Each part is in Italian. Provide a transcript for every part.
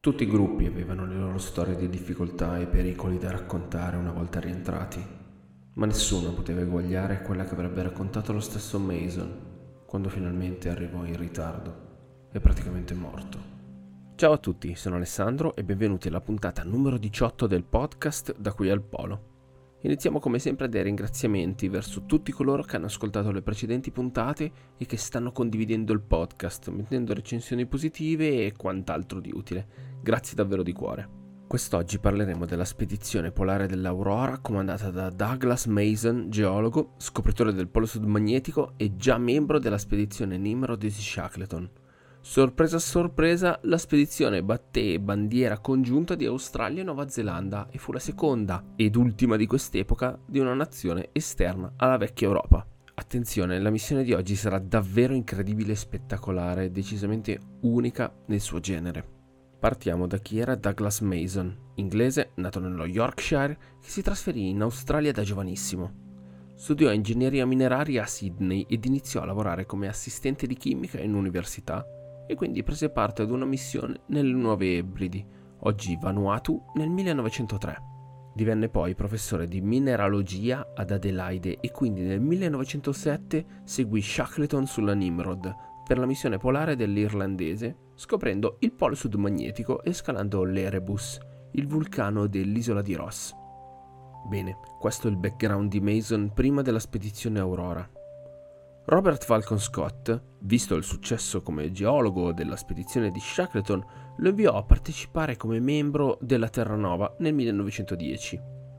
Tutti i gruppi avevano le loro storie di difficoltà e pericoli da raccontare una volta rientrati, ma nessuno poteva eguagliare quella che avrebbe raccontato lo stesso Mason quando finalmente arrivò in ritardo e praticamente morto. Ciao a tutti, sono Alessandro e benvenuti alla puntata numero 18 del podcast Da qui al Polo. Iniziamo come sempre dai ringraziamenti verso tutti coloro che hanno ascoltato le precedenti puntate e che stanno condividendo il podcast, mettendo recensioni positive e quant'altro di utile. Grazie davvero di cuore. Quest'oggi parleremo della spedizione polare dell'Aurora comandata da Douglas Mason, geologo, scopritore del polo sud magnetico e già membro della spedizione Nimrod di Shackleton. Sorpresa sorpresa, la spedizione batté bandiera congiunta di Australia e Nuova Zelanda e fu la seconda ed ultima di quest'epoca di una nazione esterna alla vecchia Europa. Attenzione, la missione di oggi sarà davvero incredibile e spettacolare, decisamente unica nel suo genere. Partiamo da chi era Douglas Mason, inglese, nato nello Yorkshire, che si trasferì in Australia da giovanissimo. Studiò ingegneria mineraria a Sydney ed iniziò a lavorare come assistente di chimica in università e quindi prese parte ad una missione nelle Nuove Ebridi, oggi Vanuatu, nel 1903. Divenne poi professore di mineralogia ad Adelaide e quindi nel 1907 seguì Shackleton sulla Nimrod per la missione polare dell'irlandese, scoprendo il polo sud magnetico e scalando l'Erebus, il vulcano dell'isola di Ross. Bene, questo è il background di Mason prima della spedizione Aurora. Robert Falcon Scott, visto il successo come geologo della spedizione di Shackleton, lo inviò a partecipare come membro della Terranova nel 1910.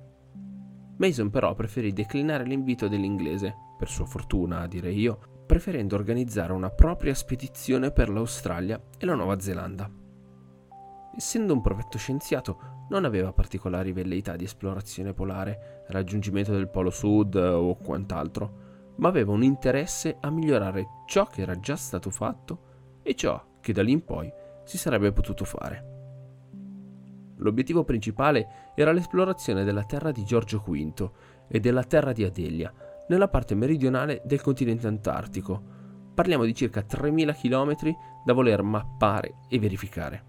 Mason però preferì declinare l'invito dell'inglese, per sua fortuna direi io, preferendo organizzare una propria spedizione per l'Australia e la Nuova Zelanda. Essendo un provetto scienziato, non aveva particolari velleità di esplorazione polare, raggiungimento del polo sud o quant'altro, ma aveva un interesse a migliorare ciò che era già stato fatto e ciò che da lì in poi si sarebbe potuto fare. L'obiettivo principale era l'esplorazione della terra di Giorgio V e della terra di Adelia, nella parte meridionale del continente antartico. Parliamo di circa 3.000 km da voler mappare e verificare.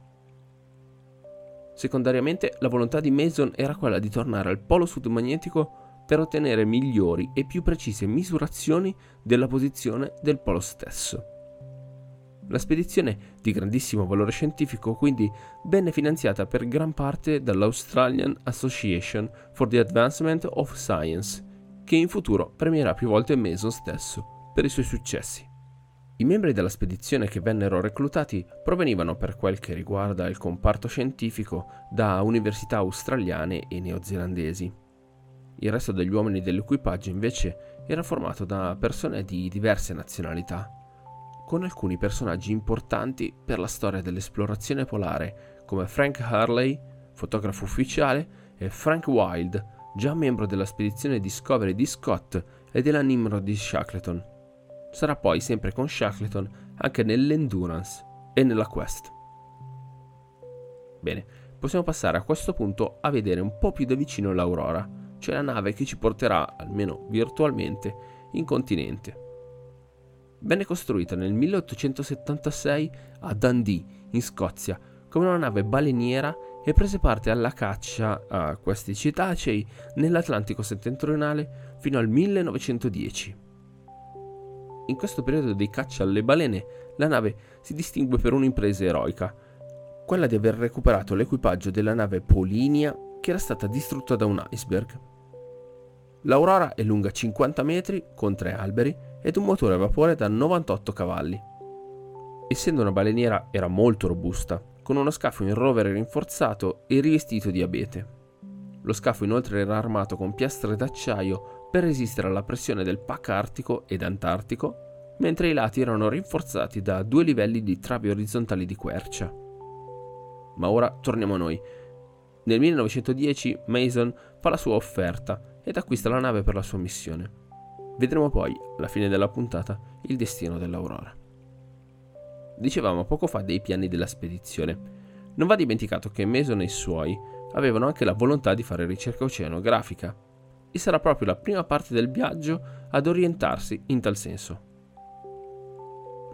Secondariamente, la volontà di Mason era quella di tornare al polo sud magnetico per ottenere migliori e più precise misurazioni della posizione del polo stesso. La spedizione, di grandissimo valore scientifico, quindi venne finanziata per gran parte dall'Australian Association for the Advancement of Science, che in futuro premierà più volte Mason stesso per i suoi successi. I membri della spedizione che vennero reclutati provenivano, per quel che riguarda il comparto scientifico, da università australiane e neozelandesi. Il resto degli uomini dell'equipaggio invece era formato da persone di diverse nazionalità, con alcuni personaggi importanti per la storia dell'esplorazione polare come Frank Hurley, fotografo ufficiale, e Frank Wild, già membro della spedizione Discovery di Scott e della Nimrod di Shackleton. Sarà poi sempre con Shackleton anche nell'Endurance e nella Quest. Bene, possiamo passare a questo punto a vedere un po' più da vicino l'Aurora, cioè la nave che ci porterà, almeno virtualmente, in continente. Venne costruita nel 1876 a Dundee, in Scozia, come una nave baleniera e prese parte alla caccia a questi cetacei nell'Atlantico settentrionale fino al 1910. In questo periodo di caccia alle balene, la nave si distingue per un'impresa eroica, quella di aver recuperato l'equipaggio della nave Polinia che era stata distrutta da un iceberg. L'Aurora è lunga 50 metri con 3 alberi ed un motore a vapore da 98 cavalli. Essendo una baleniera era molto robusta, con uno scafo in rovere rinforzato e rivestito di abete. Lo scafo inoltre era armato con piastre d'acciaio per resistere alla pressione del pack artico ed antartico, mentre i lati erano rinforzati da 2 livelli di travi orizzontali di quercia. Ma ora torniamo a noi. Nel 1910 Mason fa la sua offerta ed acquista la nave per la sua missione. Vedremo poi, alla fine della puntata, il destino dell'Aurora. Dicevamo poco fa dei piani della spedizione. Non va dimenticato che Mason e i suoi avevano anche la volontà di fare ricerca oceanografica, e sarà proprio la prima parte del viaggio ad orientarsi in tal senso.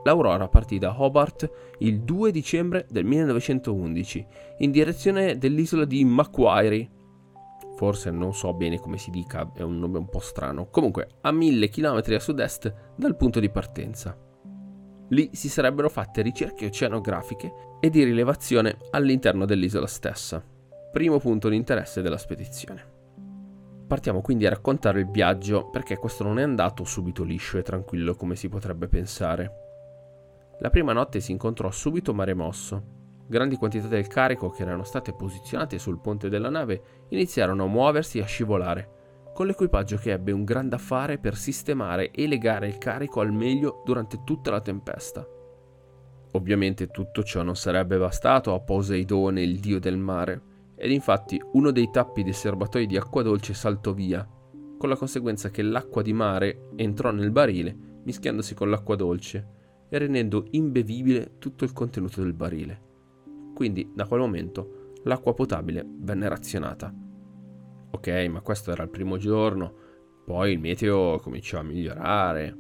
l'Aurora partì da Hobart il 2 dicembre del 1911 in direzione dell'isola di Macquarie. Forse non so bene come si dica, è un nome un po' strano. Comunque, a 1000 km a sud-est dal punto di partenza. Lì si sarebbero fatte ricerche oceanografiche e di rilevazione all'interno dell'isola stessa. Primo punto di interesse della spedizione. Partiamo quindi a raccontare il viaggio, perché questo non è andato subito liscio e tranquillo come si potrebbe pensare. La prima notte si incontrò subito mare mosso. Grandi quantità del carico che erano state posizionate sul ponte della nave iniziarono a muoversi e a scivolare, con l'equipaggio che ebbe un grande affare per sistemare e legare il carico al meglio durante tutta la tempesta. Ovviamente tutto ciò non sarebbe bastato a Poseidone, il dio del mare, ed infatti uno dei tappi dei serbatoi di acqua dolce saltò via, con la conseguenza che l'acqua di mare entrò nel barile mischiandosi con l'acqua dolce e rendendo imbevibile tutto il contenuto del barile. Quindi da quel momento l'acqua potabile venne razionata. Ok, ma questo era il primo giorno, poi il meteo cominciò a migliorare.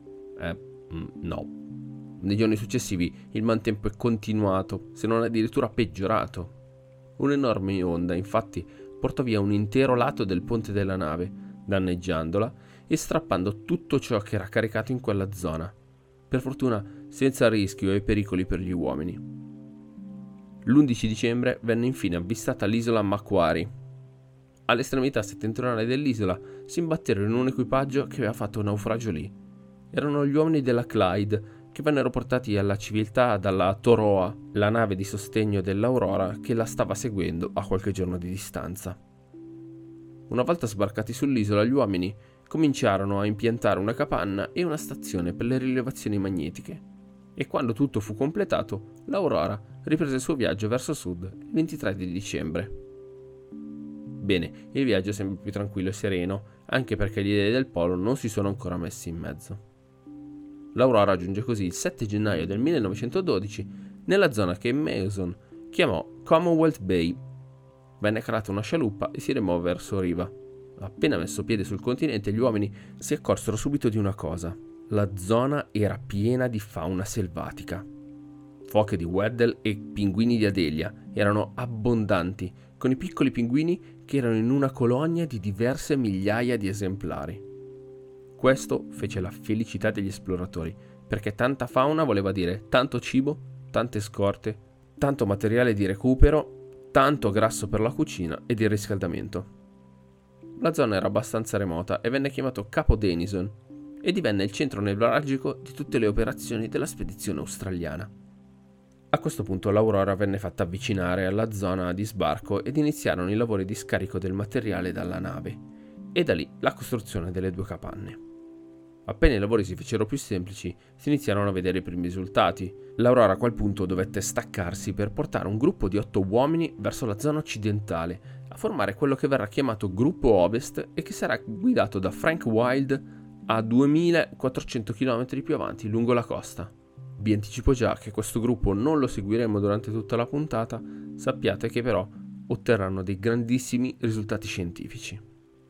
No. Nei giorni successivi il maltempo è continuato, se non addirittura peggiorato. Un'enorme onda, infatti, portò via un intero lato del ponte della nave, danneggiandola e strappando tutto ciò che era caricato in quella zona. Per fortuna senza rischio e pericoli per gli uomini. L'11 dicembre venne infine avvistata l'isola Macquarie. All'estremità settentrionale dell'isola si imbatterono in un equipaggio che aveva fatto un naufragio lì. Erano gli uomini della Clyde, che vennero portati alla civiltà dalla Toroa, la nave di sostegno dell'Aurora che la stava seguendo a qualche giorno di distanza. Una volta sbarcati sull'isola, gli uomini cominciarono a impiantare una capanna e una stazione per le rilevazioni magnetiche, e quando tutto fu completato, l'Aurora riprese il suo viaggio verso sud il 23 di dicembre. Bene, il viaggio sembra più tranquillo e sereno, anche perché gli dei del polo non si sono ancora messi in mezzo. L'Aurora raggiunge così il 7 gennaio del 1912 nella zona che Mason chiamò Commonwealth Bay. Venne calata una scialuppa e si rimuove verso riva. Appena messo piede sul continente, gli uomini si accorsero subito di una cosa. La zona era piena di fauna selvatica. Foche di Weddell e pinguini di Adelia erano abbondanti, con i piccoli pinguini che erano in una colonia di diverse migliaia di esemplari. Questo fece la felicità degli esploratori, perché tanta fauna voleva dire tanto cibo, tante scorte, tanto materiale di recupero, tanto grasso per la cucina e di riscaldamento. La zona era abbastanza remota e venne chiamato Capo Denison e divenne il centro nevralgico di tutte le operazioni della spedizione australiana. A questo punto l'Aurora venne fatta avvicinare alla zona di sbarco ed iniziarono i lavori di scarico del materiale dalla nave, e da lì la costruzione delle 2 capanne. Appena i lavori si fecero più semplici, si iniziarono a vedere i primi risultati. L'Aurora a quel punto dovette staccarsi per portare un gruppo di 8 uomini verso la zona occidentale, a formare quello che verrà chiamato Gruppo Ovest e che sarà guidato da Frank Wild a 2400 km più avanti lungo la costa. Vi anticipo già che questo gruppo non lo seguiremo durante tutta la puntata, sappiate che però otterranno dei grandissimi risultati scientifici.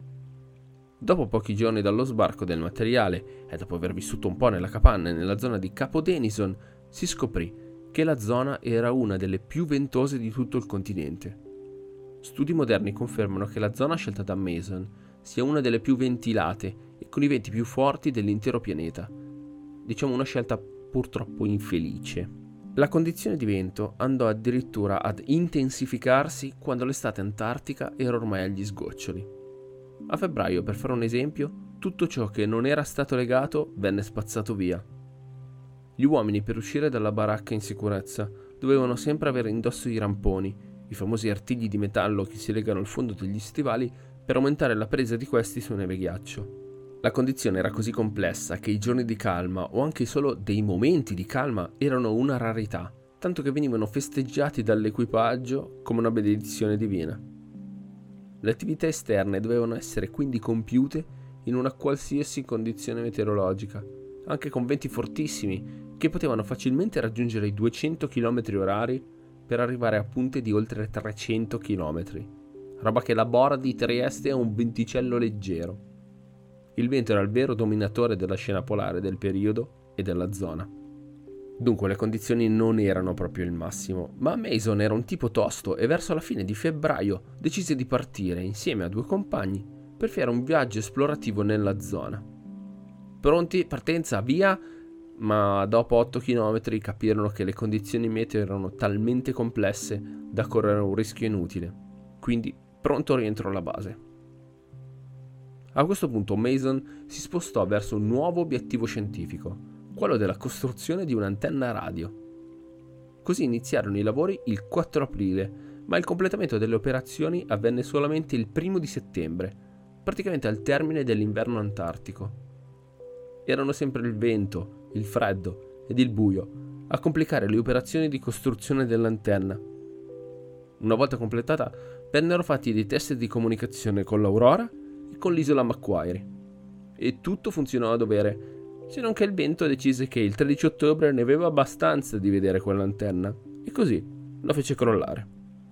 Dopo pochi giorni dallo sbarco del materiale e dopo aver vissuto un po' nella capanna e nella zona di Capo Denison, si scoprì che la zona era una delle più ventose di tutto il continente. Studi moderni confermano che la zona scelta da Mason sia una delle più ventilate e con i venti più forti dell'intero pianeta. Diciamo una scelta purtroppo infelice. La condizione di vento andò addirittura ad intensificarsi quando l'estate antartica era ormai agli sgoccioli. A febbraio, per fare un esempio, tutto ciò che non era stato legato venne spazzato via. Gli uomini, per uscire dalla baracca in sicurezza, dovevano sempre avere indosso i ramponi, i famosi artigli di metallo che si legano al fondo degli stivali per aumentare la presa di questi su neve e ghiaccio. La condizione era così complessa che i giorni di calma o anche solo dei momenti di calma erano una rarità, tanto che venivano festeggiati dall'equipaggio come una benedizione divina. Le attività esterne dovevano essere quindi compiute in una qualsiasi condizione meteorologica, anche con venti fortissimi che potevano facilmente raggiungere i 200 km/h per arrivare a punte di oltre 300 km, roba che la Bora di Trieste è un venticello leggero. Il vento era il vero dominatore della scena polare del periodo e della zona. Dunque le condizioni non erano proprio il massimo, ma Mason era un tipo tosto e verso la fine di febbraio decise di partire insieme a 2 compagni per fare un viaggio esplorativo nella zona. Pronti, partenza, via, ma dopo 8 km capirono che le condizioni meteo erano talmente complesse da correre un rischio inutile, quindi pronto rientro alla base. A questo punto Mason si spostò verso un nuovo obiettivo scientifico, quello della costruzione di un'antenna radio. Così iniziarono i lavori il 4 aprile, ma il completamento delle operazioni avvenne solamente il 1 di settembre, praticamente al termine dell'inverno antartico. Erano sempre il vento, il freddo ed il buio a complicare le operazioni di costruzione dell'antenna. Una volta completata, vennero fatti dei test di comunicazione con l'Aurora e con l'isola Macquarie. E tutto funzionò a dovere, se non che il vento decise che il 13 ottobre ne aveva abbastanza di vedere quell'antenna, e così la fece crollare.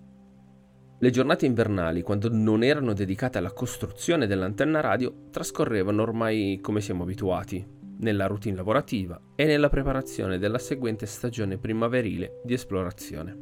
Le giornate invernali, quando non erano dedicate alla costruzione dell'antenna radio, trascorrevano ormai come siamo abituati, nella routine lavorativa e nella preparazione della seguente stagione primaverile di esplorazione.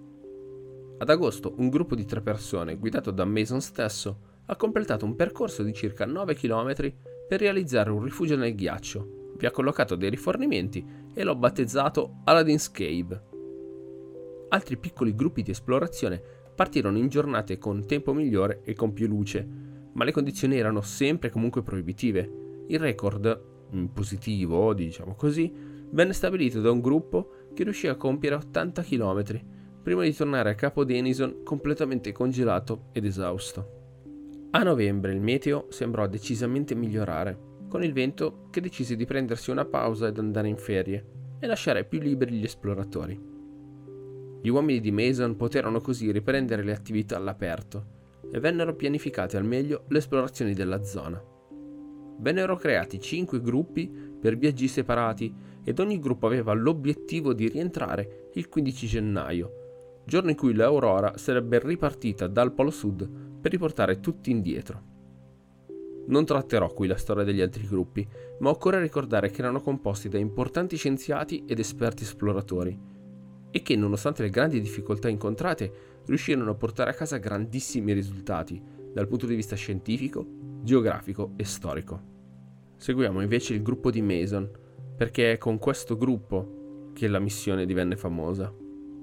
Ad agosto un gruppo di 3 persone, guidato da Mason stesso, ha completato un percorso di circa 9 km per realizzare un rifugio nel ghiaccio, vi ha collocato dei rifornimenti e l'ho battezzato Aladdin's Cave. Altri piccoli gruppi di esplorazione partirono in giornate con tempo migliore e con più luce, ma le condizioni erano sempre e comunque proibitive. Il record, in positivo, diciamo così, venne stabilito da un gruppo che riuscì a compiere 80 km prima di tornare a Capo Denison completamente congelato ed esausto. A novembre il meteo sembrò decisamente migliorare, con il vento che decise di prendersi una pausa ed andare in ferie e lasciare più liberi gli esploratori. Gli uomini di Mason poterono così riprendere le attività all'aperto e vennero pianificate al meglio le esplorazioni della zona. Vennero creati 5 gruppi per viaggi separati ed ogni gruppo aveva l'obiettivo di rientrare il 15 gennaio, giorno in cui l'Aurora sarebbe ripartita dal Polo Sud per riportare tutti indietro. Non tratterò qui la storia degli altri gruppi, ma occorre ricordare che erano composti da importanti scienziati ed esperti esploratori e che, nonostante le grandi difficoltà incontrate, riuscirono a portare a casa grandissimi risultati dal punto di vista scientifico, geografico e storico. Seguiamo invece il gruppo di Mason, perché è con questo gruppo che la missione divenne famosa.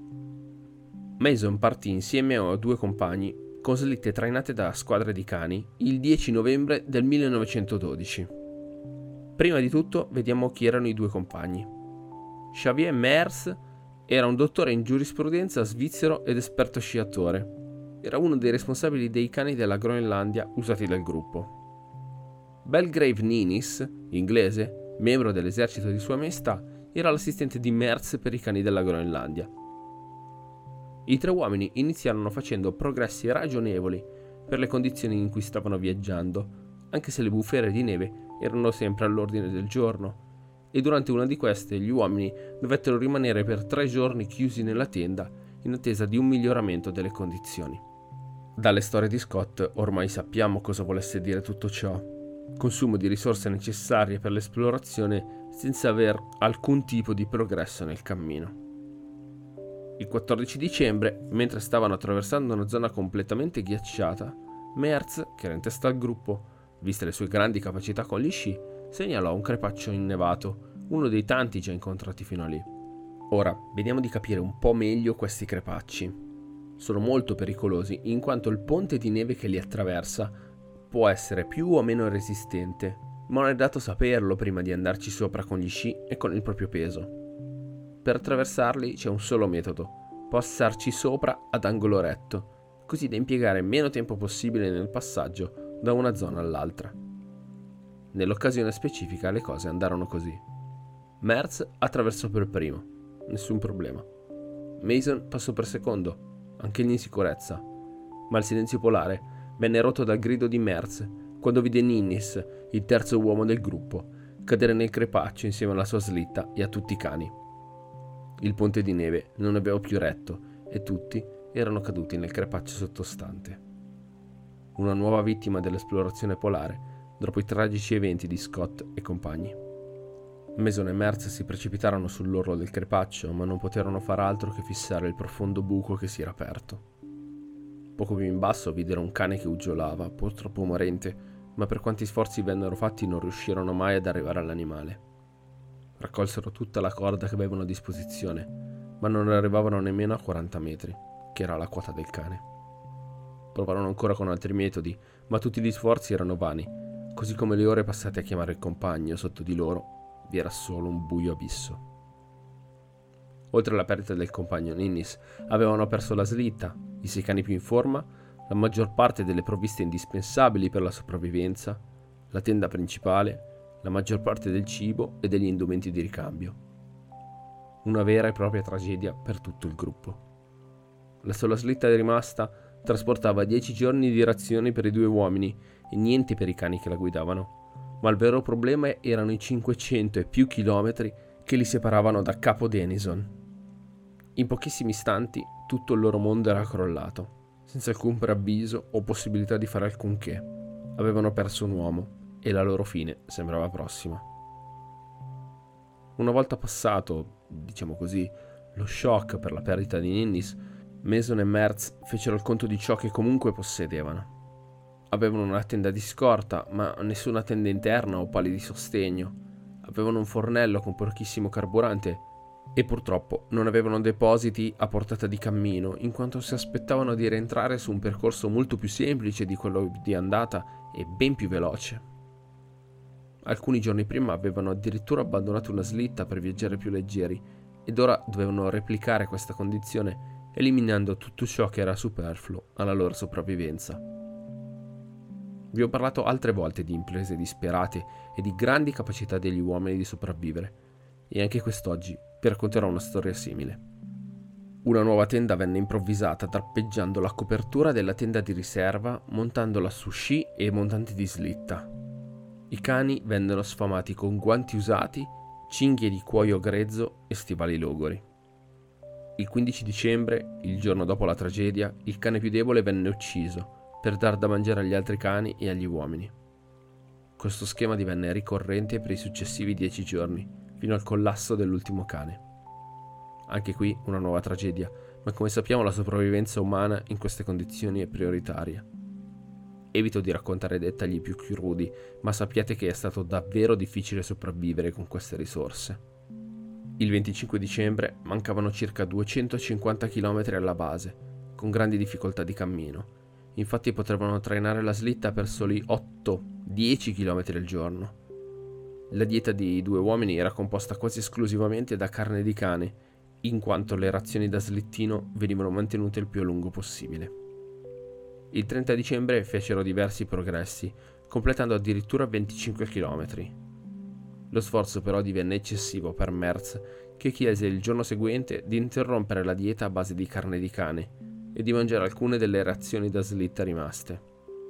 Mason partì insieme a 2 compagni con slitte trainate da squadre di cani il 10 novembre del 1912. Prima di tutto vediamo chi erano i 2 compagni. Xavier Merz era un dottore in giurisprudenza svizzero ed esperto sciatore. Era uno dei responsabili dei cani della Groenlandia usati dal gruppo. Belgrave Ninis, inglese, membro dell'esercito di Sua Maestà, era l'assistente di Merz per i cani della Groenlandia. I 3 uomini iniziarono facendo progressi ragionevoli per le condizioni in cui stavano viaggiando, anche se le bufere di neve erano sempre all'ordine del giorno, e durante una di queste gli uomini dovettero rimanere per 3 giorni chiusi nella tenda in attesa di un miglioramento delle condizioni. Dalle storie di Scott ormai sappiamo cosa volesse dire tutto ciò: consumo di risorse necessarie per l'esplorazione senza aver alcun tipo di progresso nel cammino. Il 14 dicembre, mentre stavano attraversando una zona completamente ghiacciata, Merz, che era in testa al gruppo, viste le sue grandi capacità con gli sci, segnalò un crepaccio innevato, uno dei tanti già incontrati fino a lì. Ora, vediamo di capire un po' meglio questi crepacci. Sono molto pericolosi, in quanto il ponte di neve che li attraversa può essere più o meno resistente, ma non è dato saperlo prima di andarci sopra con gli sci e con il proprio peso. Per attraversarli c'è un solo metodo: passarci sopra ad angolo retto, così da impiegare meno tempo possibile nel passaggio da una zona all'altra. Nell'occasione specifica le cose andarono così. Merz attraversò per primo, nessun problema. Mason passò per secondo, anch'egli in sicurezza, ma il silenzio polare venne rotto dal grido di Merz quando vide Ninnis, il terzo uomo del gruppo, cadere nel crepaccio insieme alla sua slitta e a tutti i cani. Il ponte di neve non aveva più retto e tutti erano caduti nel crepaccio sottostante. Una nuova vittima dell'esplorazione polare dopo i tragici eventi di Scott e compagni. Mason e Mertz si precipitarono sull'orlo del crepaccio, ma non poterono far altro che fissare il profondo buco che si era aperto. Poco più in basso videro un cane che uggiolava, purtroppo morente, ma per quanti sforzi vennero fatti non riuscirono mai ad arrivare all'animale. Raccolsero tutta la corda che avevano a disposizione, ma non arrivavano nemmeno a 40 metri, che era la quota del cane. Provarono ancora con altri metodi, ma tutti gli sforzi erano vani, così come le ore passate a chiamare il compagno. Sotto di loro vi era solo un buio abisso. Oltre alla perdita del compagno Ninnis, avevano perso la slitta, i 6 cani più in forma, la maggior parte delle provviste indispensabili per la sopravvivenza, la tenda principale, la maggior parte del cibo e degli indumenti di ricambio. Una vera e propria tragedia per tutto il gruppo. La sola slitta rimasta trasportava 10 giorni di razioni per i 2 uomini e niente per i cani che la guidavano. Ma il vero problema erano i 500 e più chilometri che li separavano da Capo Denison. In pochissimi istanti tutto il loro mondo era crollato, senza alcun preavviso o possibilità di fare alcunché. Avevano perso un uomo e la loro fine sembrava prossima. Una volta passato, diciamo così, lo shock per la perdita di Ninnis, Mason e Mertz fecero il conto di ciò che comunque possedevano. Avevano una tenda di scorta, ma nessuna tenda interna o pali di sostegno. Avevano un fornello con pochissimo carburante e purtroppo non avevano depositi a portata di cammino, in quanto si aspettavano di rientrare su un percorso molto più semplice di quello di andata e ben più veloce. Alcuni giorni prima avevano addirittura abbandonato una slitta per viaggiare più leggeri ed ora dovevano replicare questa condizione eliminando tutto ciò che era superfluo alla loro sopravvivenza. Vi ho parlato altre volte di imprese disperate e di grandi capacità degli uomini di sopravvivere, e anche quest'oggi vi racconterò una storia simile. Una nuova tenda venne improvvisata drappeggiando la copertura della tenda di riserva, montandola su sci e montanti di slitta. I cani vennero sfamati con guanti usati, cinghie di cuoio grezzo e stivali logori. Il 15 dicembre, il giorno dopo la tragedia, il cane più debole venne ucciso per dar da mangiare agli altri cani e agli uomini. Questo schema divenne ricorrente per i successivi 10 giorni, fino al collasso dell'ultimo cane. Anche qui una nuova tragedia, ma come sappiamo la sopravvivenza umana in queste condizioni è prioritaria. Evito di raccontare dettagli più crudi, ma sappiate che è stato davvero difficile sopravvivere con queste risorse. Il 25 dicembre mancavano circa 250 km alla base, con grandi difficoltà di cammino. Infatti potevano trainare la slitta per soli 8-10 km al giorno. La dieta di 2 uomini era composta quasi esclusivamente da carne di cane, in quanto le razioni da slittino venivano mantenute il più a lungo possibile. Il 30 dicembre fecero diversi progressi, completando addirittura 25 km. Lo sforzo però divenne eccessivo per Mertz, che chiese il giorno seguente di interrompere la dieta a base di carne di cane e di mangiare alcune delle razioni da slitta rimaste.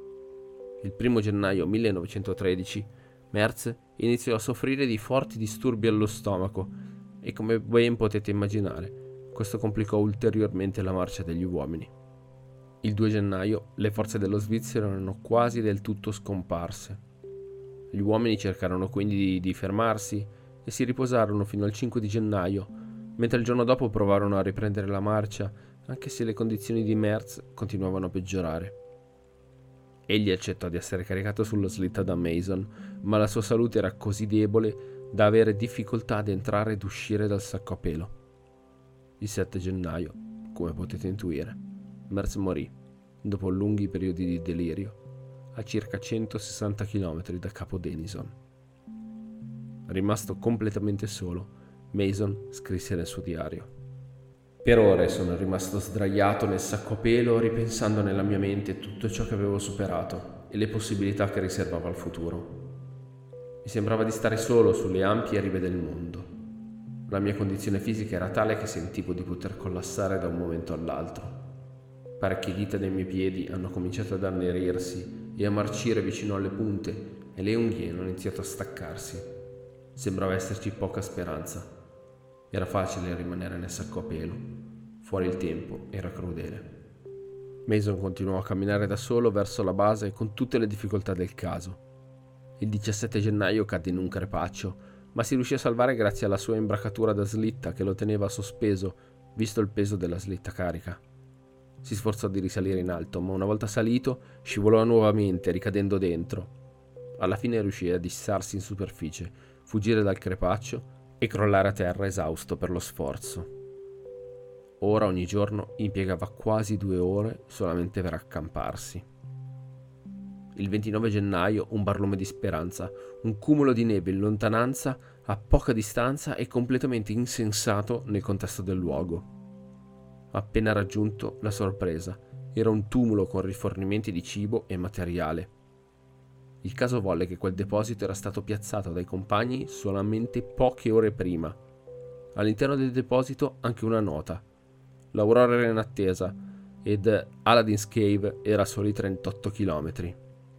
Il 1 gennaio 1913 Mertz iniziò a soffrire di forti disturbi allo stomaco e, come ben potete immaginare, questo complicò ulteriormente la marcia degli uomini. Il 2 gennaio le forze dello svizzero erano quasi del tutto scomparse. Gli uomini cercarono quindi di fermarsi e si riposarono fino al 5 di gennaio, mentre il giorno dopo provarono a riprendere la marcia, anche se le condizioni di Mertz continuavano a peggiorare. Egli accettò di essere caricato sulla slitta da Mason, ma la sua salute era così debole da avere difficoltà ad entrare ed uscire dal sacco a pelo. Il 7 gennaio, come potete intuire, Mertz morì, dopo lunghi periodi di delirio, a circa 160 km da Capo Denison. Rimasto completamente solo, Mason scrisse nel suo diario: Per ore sono rimasto sdraiato nel sacco a pelo ripensando nella mia mente tutto ciò che avevo superato e le possibilità che riservava il futuro. Mi sembrava di stare solo sulle ampie rive del mondo. La mia condizione fisica era tale che sentivo di poter collassare da un momento all'altro. Parecchie dita dei miei piedi hanno cominciato ad annerirsi e a marcire vicino alle punte e le unghie hanno iniziato a staccarsi. Sembrava esserci poca speranza. Era facile rimanere nel sacco a pelo. Fuori il tempo era crudele. Mason continuò a camminare da solo verso la base con tutte le difficoltà del caso. Il 17 gennaio cadde in un crepaccio, ma si riuscì a salvare grazie alla sua imbracatura da slitta che lo teneva sospeso, visto il peso della slitta carica. Si sforzò di risalire in alto, ma una volta salito scivolò nuovamente, ricadendo dentro. Alla fine riuscì a dissarsi in superficie, fuggire dal crepaccio e crollare a terra esausto per lo sforzo. Ora ogni giorno impiegava quasi 2 ore solamente per accamparsi. Il 29 gennaio un barlume di speranza, un cumulo di neve in lontananza, a poca distanza e completamente insensato nel contesto del luogo. Appena raggiunto, la sorpresa era un tumulo con rifornimenti di cibo e materiale. Il caso volle che quel deposito era stato piazzato dai compagni solamente poche ore prima. All'interno del deposito anche una nota. L'Aurora era in attesa ed Aladdin's Cave era a soli 38 chilometri.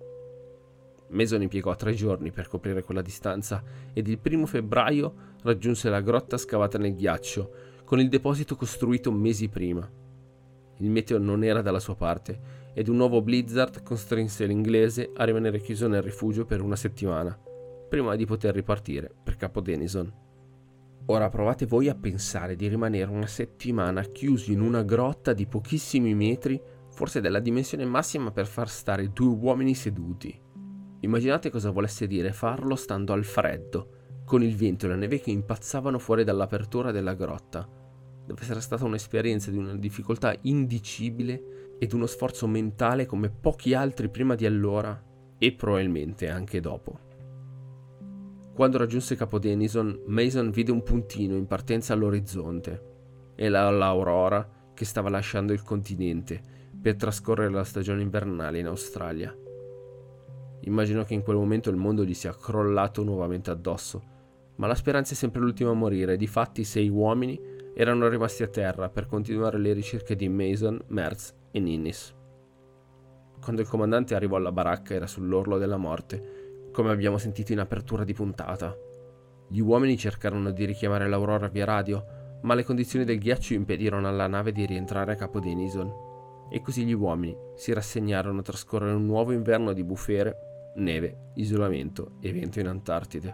Mason impiegò 3 giorni per coprire quella distanza ed il 1 febbraio raggiunse la grotta scavata nel ghiaccio, con il deposito costruito mesi prima. Il meteo non era dalla sua parte ed un nuovo blizzard costrinse l'inglese a rimanere chiuso nel rifugio per 1 settimana, prima di poter ripartire per Capo Denison. Ora provate voi a pensare di rimanere 1 settimana chiusi in una grotta di pochissimi metri, forse della dimensione massima per far stare 2 uomini seduti. Immaginate cosa volesse dire farlo stando al freddo, con il vento e la neve che impazzavano fuori dall'apertura della grotta. Deve essere stata un'esperienza di una difficoltà indicibile ed uno sforzo mentale come pochi altri prima di allora e probabilmente anche dopo. Quando raggiunse Capo Denison, Mason vide un puntino in partenza all'orizzonte. Era l'Aurora che stava lasciando il continente per trascorrere la stagione invernale in Australia. Immaginò che in quel momento il mondo gli sia crollato nuovamente addosso, ma la speranza è sempre l'ultima a morire e difatti 6 uomini erano rimasti a terra per continuare le ricerche di Mason, Mertz e Ninnis. Quando il comandante arrivò alla baracca era sull'orlo della morte, come abbiamo sentito in apertura di puntata. Gli uomini cercarono di richiamare l'Aurora via radio, ma le condizioni del ghiaccio impedirono alla nave di rientrare a Capo Denison, e così gli uomini si rassegnarono a trascorrere un nuovo inverno di bufere, neve, isolamento e vento in Antartide.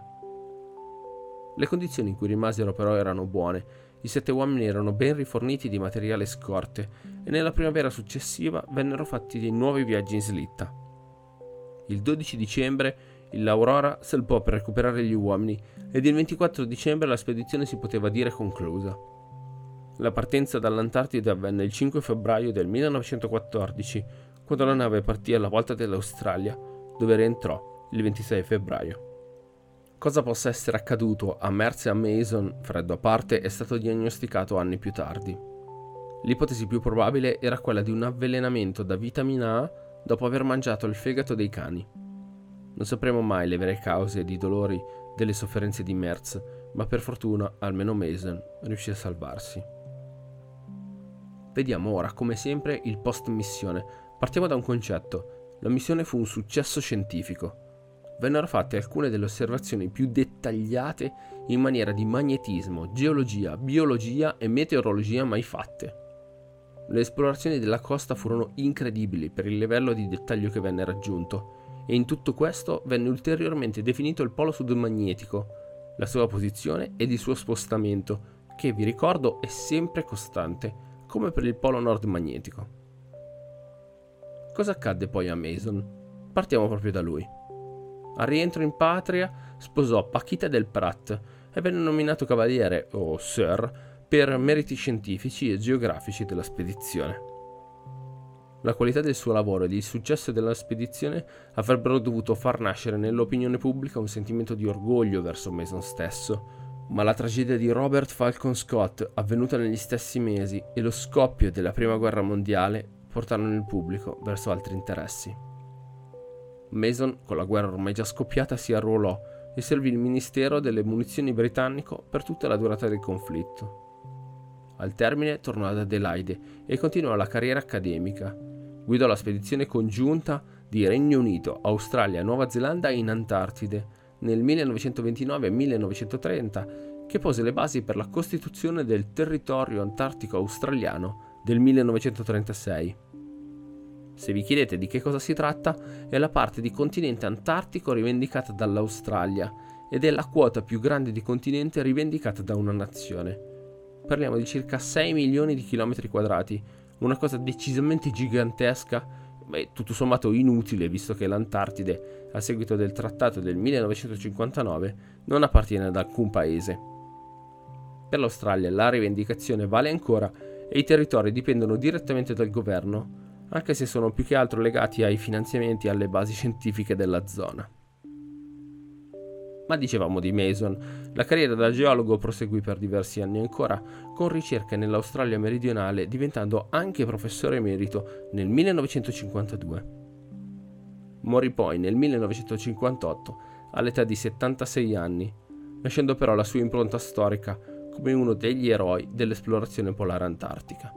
Le condizioni in cui rimasero però erano buone. I 7 uomini erano ben riforniti di materiale scorte e nella primavera successiva vennero fatti dei nuovi viaggi in slitta. Il 12 dicembre l'Aurora salpò per recuperare gli uomini ed il 24 dicembre la spedizione si poteva dire conclusa. La partenza dall'Antartide avvenne il 5 febbraio del 1914, quando la nave partì alla volta dell'Australia, dove rientrò il 26 febbraio. Cosa possa essere accaduto a Mertz e a Mason, freddo a parte, è stato diagnosticato anni più tardi. L'ipotesi più probabile era quella di un avvelenamento da vitamina A dopo aver mangiato il fegato dei cani. Non sapremo mai le vere cause di dolori delle sofferenze di Mertz, ma per fortuna almeno Mason riuscì a salvarsi. Vediamo ora, come sempre, il post-missione. Partiamo da un concetto. La missione fu un successo scientifico. Vennero fatte alcune delle osservazioni più dettagliate in maniera di magnetismo, geologia, biologia e meteorologia mai fatte. Le esplorazioni della costa furono incredibili per il livello di dettaglio che venne raggiunto e in tutto questo venne ulteriormente definito il polo sud magnetico, la sua posizione ed il suo spostamento, che vi ricordo è sempre costante, come per il polo nord magnetico. Cosa accadde poi a Mason? Partiamo proprio da lui. Al rientro in patria sposò Paquita del Prat e venne nominato cavaliere, o sir, per meriti scientifici e geografici della spedizione. La qualità del suo lavoro ed il successo della spedizione avrebbero dovuto far nascere nell'opinione pubblica un sentimento di orgoglio verso Mason stesso, ma la tragedia di Robert Falcon Scott, avvenuta negli stessi mesi, e lo scoppio della Prima Guerra Mondiale portarono il pubblico verso altri interessi. Mason, con la guerra ormai già scoppiata, si arruolò e servì il Ministero delle Munizioni britannico per tutta la durata del conflitto. Al termine tornò ad Adelaide e continuò la carriera accademica. Guidò la spedizione congiunta di Regno Unito, Australia, Nuova Zelanda e in Antartide nel 1929 e 1930, che pose le basi per la costituzione del Territorio Antartico Australiano del 1936. Se vi chiedete di che cosa si tratta, è la parte di continente antartico rivendicata dall'Australia ed è la quota più grande di continente rivendicata da una nazione. Parliamo di circa 6 milioni di chilometri quadrati, una cosa decisamente gigantesca, ma tutto sommato inutile visto che l'Antartide, a seguito del trattato del 1959, non appartiene ad alcun paese. Per l'Australia la rivendicazione vale ancora e i territori dipendono direttamente dal governo, anche se sono più che altro legati ai finanziamenti e alle basi scientifiche della zona. Ma dicevamo di Mason, la carriera da geologo proseguì per diversi anni ancora, con ricerche nell'Australia meridionale, diventando anche professore emerito nel 1952. Morì poi nel 1958 all'età di 76 anni, lasciando però la sua impronta storica come uno degli eroi dell'esplorazione polare antartica.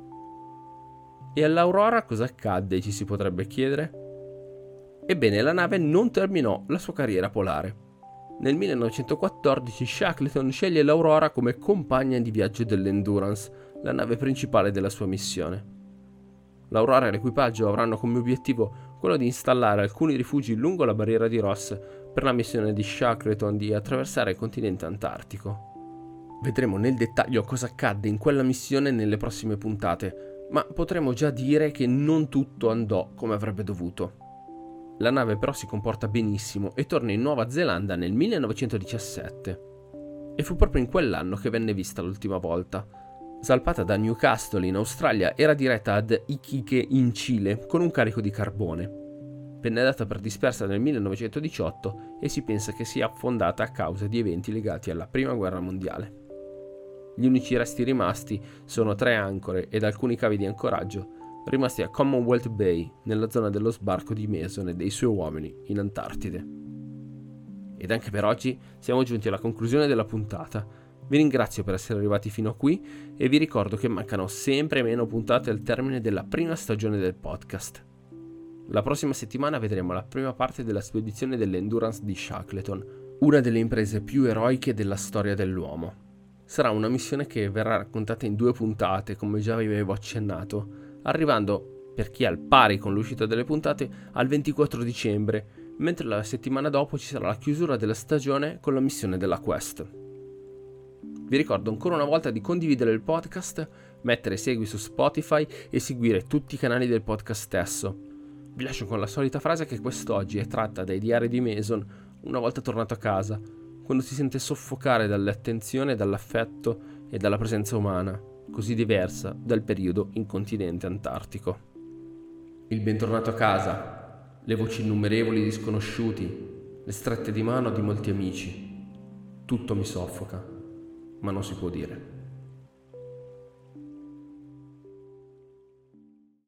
E all'Aurora cosa accadde, ci si potrebbe chiedere? Ebbene, la nave non terminò la sua carriera polare. Nel 1914 Shackleton sceglie l'Aurora come compagna di viaggio dell'Endurance, la nave principale della sua missione. L'Aurora e l'equipaggio avranno come obiettivo quello di installare alcuni rifugi lungo la barriera di Ross per la missione di Shackleton di attraversare il continente antartico. Vedremo nel dettaglio cosa accadde in quella missione nelle prossime puntate, ma potremo già dire che non tutto andò come avrebbe dovuto. La nave però si comporta benissimo e torna in Nuova Zelanda nel 1917. E fu proprio in quell'anno che venne vista l'ultima volta. Salpata da Newcastle in Australia, era diretta ad Iquique in Cile con un carico di carbone. Venne data per dispersa nel 1918 e si pensa che sia affondata a causa di eventi legati alla Prima Guerra Mondiale. Gli unici resti rimasti sono 3 ancore ed alcuni cavi di ancoraggio rimasti a Commonwealth Bay, nella zona dello sbarco di Mason e dei suoi uomini in Antartide. Ed anche per oggi siamo giunti alla conclusione della puntata. Vi ringrazio per essere arrivati fino a qui e vi ricordo che mancano sempre meno puntate al termine della prima stagione del podcast. La prossima settimana vedremo la prima parte della spedizione dell'Endurance di Shackleton, una delle imprese più eroiche della storia dell'uomo. Sarà una missione che verrà raccontata in 2 puntate, come già vi avevo accennato, arrivando, per chi è al pari con l'uscita delle puntate, al 24 dicembre, mentre la settimana dopo ci sarà la chiusura della stagione con la missione della Quest. Vi ricordo ancora una volta di condividere il podcast, mettere segui su Spotify e seguire tutti i canali del podcast stesso. Vi lascio con la solita frase che quest'oggi è tratta dai diari di Mason una volta tornato a casa, quando si sente soffocare dall'attenzione, dall'affetto e dalla presenza umana, così diversa dal periodo in continente antartico. Il bentornato a casa, le voci innumerevoli di sconosciuti, le strette di mano di molti amici. Tutto mi soffoca, ma non si può dire.